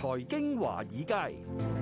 財經華爾街，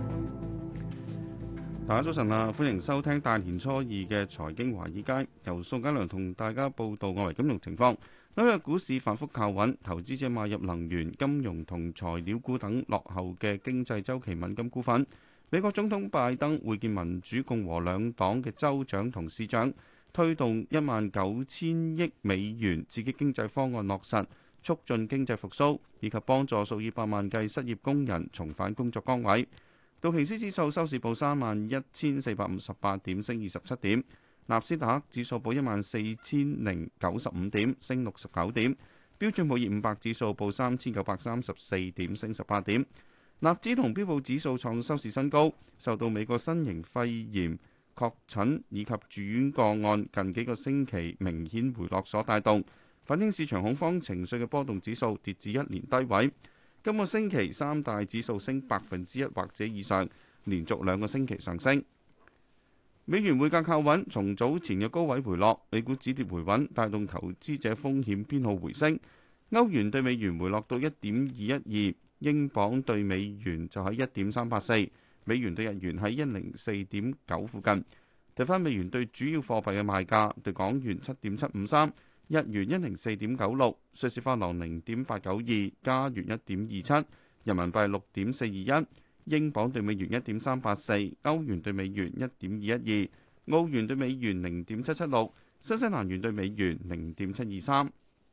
大家早晨啊！歡迎收聽大年初二嘅財經華爾街，由宋嘉良同大家報道外圍金融情況。紐約股市反覆靠穩，投資者買入能源、金融同材料股等落後嘅經濟週期敏感股份。美國總統拜登會見民主共和兩黨嘅州長同市長，推動19,000億美元刺激經濟方案落實，促進經濟復甦，以及幫助數以百萬計失業工人重返工作崗位。道瓊斯指數收市報31,458點，升27點。納斯達克指數報14,095點，升69點。標準普爾500指數報3,934點，升18點。納指同標普指數創收市新高，受到美國新型肺炎確診以及住院個案近幾個星期明顯回落所帶動。反映市場恐慌情緒嘅波動指數跌至1年低位。今個星期三大指數升1%或者以上，連續2個星期上升。美元匯價靠穩，從早前嘅高位回落，美股止跌回穩，帶動投資者風險偏好回升。歐元對美元回落到1.212，英鎊對美元就喺1.384，美元對日元喺104.9附近。睇返美元對主要貨幣嘅賣價，對港元7.753，日元104.96，瑞士法郎0.892，加元1.27，人民幣6.421。英鎊對美元1.384，歐元對美元1.212，澳元對美元0.776，新西蘭元對美元0.723。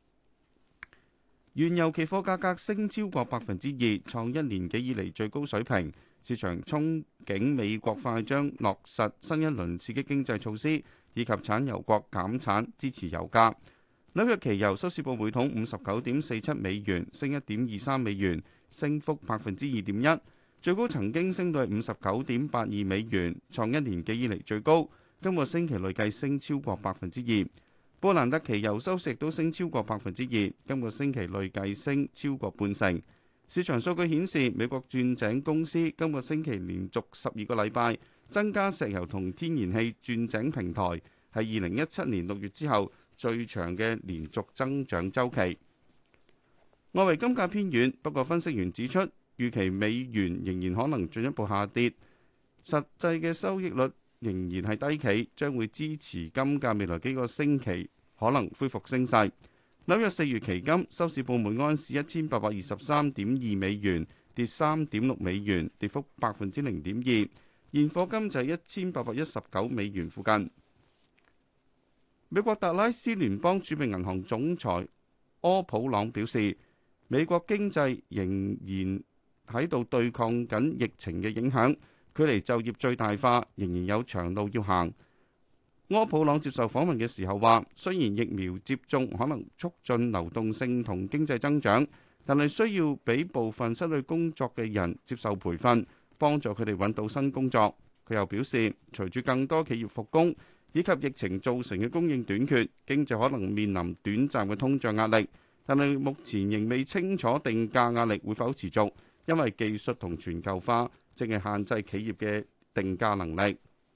原油期貨價格升超過2%，創1年幾以嚟最高水平。市場憧憬美國快將落實新一輪刺激經濟措施，以及產油國減產支持油價。紐約期油收市報每桶59.47美元，升1.23美元，升幅2.1%。最高曾經升到59.82美元，創1年幾以嚟最高。今個星期累計升超過2%。布蘭特期油收市亦都升超過2%，今個星期累計升超過半成。市場數據顯示，美國鑽井公司今個星期連續12個禮拜增加石油同天然氣鑽井平台，係2017年6月之後最長嘅連續增長週期。外圍金價偏軟，不過分析員指出，預期美元仍然可能進一步下跌，實際嘅收益率仍然係低企，將會支持金價未來幾個星期可能恢復升勢。紐約4月期金收市報每安士1823.2美元，跌3.6美元，跌幅0.2%。現貨金就係1819美元附近。美國達拉斯聯邦儲備銀行總裁柯普朗表示，美國經濟仍然喺度對抗緊疫情嘅影響，距離就業最大化仍然有長路要行。柯普朗接受訪問嘅時候話，雖然疫苗接種可能促進流動性同經濟增長，但係需要俾部分失去工作嘅人接受培訓，幫助佢哋揾到新工作。佢又表示，隨住更多企業復工以及疫情造成嘅供應短缺，經濟可能面臨短暫嘅通脹壓力，但係目前仍未清楚定價壓力會否持續。因為技術同全球化正係限制企業嘅定價能力。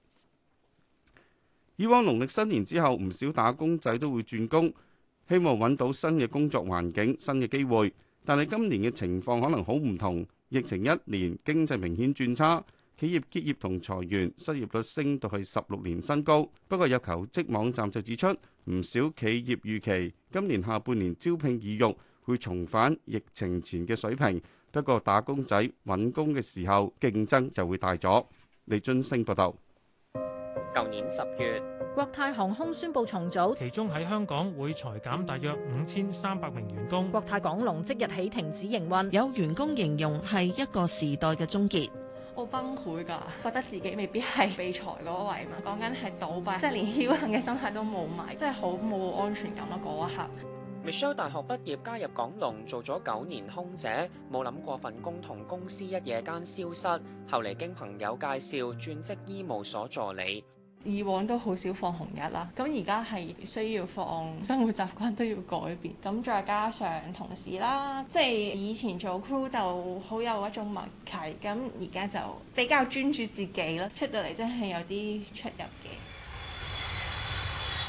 以往農曆新年之後，唔少打工仔都會轉工，希望揾到新嘅工作環境、新嘅機會。但係今年嘅情況可能好唔同，疫情1年，經濟明顯轉差，企業結業同裁員，失業率升到係16年新高。不過有求職網站就指出，唔少企業預期今年下半年招聘意欲會重返疫情前嘅水平。不過打工仔揾工嘅時候競爭就會大咗。李津升報道。 舊年10月， 國泰航空宣布重組， 其中喺香港會裁減大約5300名員工。 國泰港龍即日起停止營運， 有員工形容係一個時代嘅終結。 好崩潰㗎，覺得自己未必係被裁嗰位嘛，講緊係倒閉，即係連僥倖嘅心態都冇埋，真係好冇安全感啊嗰一刻。 Michelle 大學畢業加入港龍，做咗9年空姐，冇諗過份工同公司一夜間消失。後嚟經朋友介紹轉職醫務所助理。 以往都好少放紅日啦，咁而家係需要放，生活習慣都要改變。咁再加上同事啦，即係以前做 crew 就好有一種默契，咁而家就比較專注自己啦。出到嚟真係有啲出入嘅。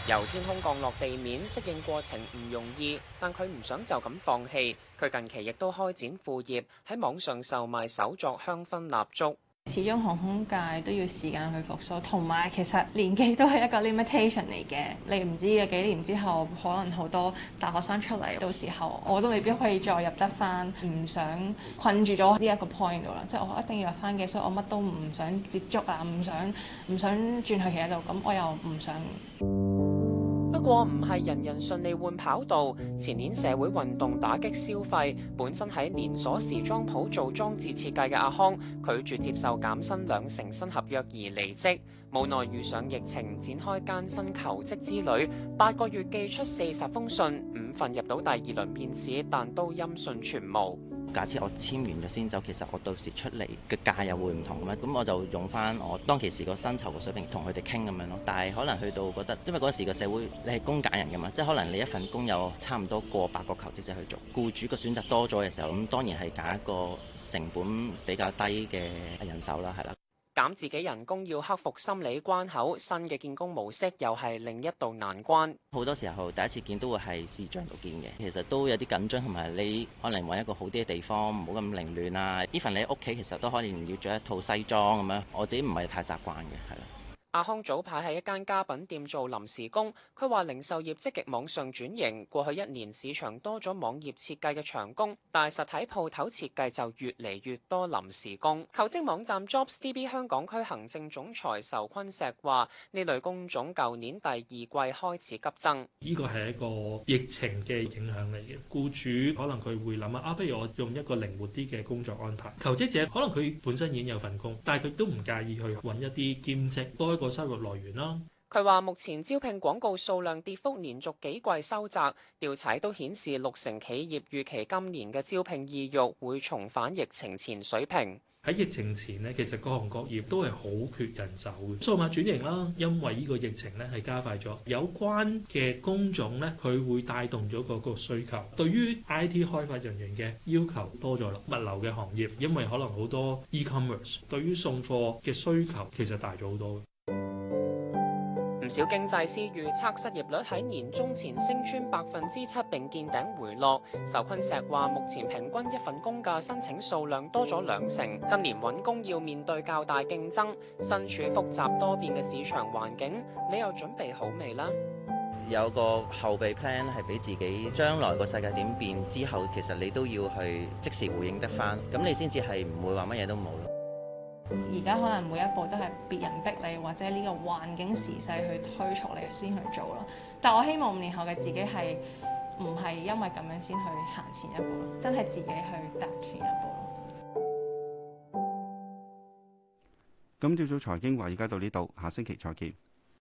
由天空降落地面，適應過程唔容易，但佢唔想就咁放棄。佢近期亦都開展副業，喺網上售賣手作香薰蠟燭。 始終航空界都要時間去復甦，同埋其實年紀都係一個 limitation 嚟嘅。你唔知嘅幾年之後，可能好多大學生出嚟，到時候我都未必可以再入得翻。唔想困住咗呢一個 point 度啦，即係我一定要入翻嘅，所以我乜都唔想接觸啊，唔想轉去其他度，咁我又唔想。 不過唔係人人順利換跑道。前年社會運動打擊消費，本身喺連鎖時裝鋪做裝置設計嘅阿康，拒絕接受減薪2成新合約而離職。無奈遇上疫情，展開艱辛求職之旅，8個月寄出40封信，5份入到第2輪面試，但都音訊全無。 假設我簽完咗先走，其實我到時出嚟嘅價又會唔同嘅咩？咁我就用翻我當其時個薪酬嘅水平同佢哋傾咁樣咯。但係可能去到覺得，因為嗰時個社會你係工揀人㗎嘛，即係可能你一份工有差唔多過百個求職者去做，僱主個選擇多咗嘅時候，咁當然係揀一個成本比較低嘅人手啦，係啦。 減自己人工要克服心理關口，新嘅見工模式又係另一道難關。 好多時候第一次見都會係視像度見嘅，其實都有啲緊張，同埋你可能揾一個好啲嘅地方，唔好咁凌亂啊。even你喺屋企其實都可能要着一套西裝咁樣，我自己唔係太習慣嘅，係啦。 阿康早排喺一間家品店做臨時工，佢話零售業積極網上轉型，過去1年市場多咗網頁設計嘅長工，但係實體鋪頭設計就越嚟越多臨時工。求職網站 JobsDB 香港區行政總裁仇坤石話：呢類工種舊年第2季開始急增。 呢個係一個疫情嘅影響嚟嘅，僱主可能佢會諗不如我用一個靈活啲嘅工作安排。求職者可能佢本身已經有份工，但係佢都唔介意去揾一啲兼職，多一個收入來源啦。 佢話目前招聘廣告數量跌幅連續幾季收窄，調查都顯示60%企業預期今年嘅招聘意欲會重返疫情前水平。 喺疫情前呢，其實各行各業都係好缺人手嘅。數碼轉型啦，因為呢個疫情呢係加快咗有關嘅工種呢，佢會帶動咗嗰個需求。對於 IT 開發人員嘅要求多咗啦，物流嘅行業因為可能好多 e-commerce， 對於送貨嘅需求其實大咗好多。 唔少經濟師預測失業率喺年中前升穿7%並見頂回落。仇坤石話：目前平均一份工嘅申請數量多咗2成，今年揾工要面對較大競爭，身處複雜多變嘅市場環境，你又準備好未呢？ 有個後備 plan 係俾自己將來個世界點變之後，其實你都要去即時回應得返，咁你先至係唔會話乜嘢都冇咯。 而家可能每一步都係別人逼你，或者呢個環境時勢去推促你先去做咯。但我希望5年後嘅自己係唔係因為咁樣先去行前一步咯，真係自己去踏前一步咯。 今朝早財經華爾街到呢度，下星期再見。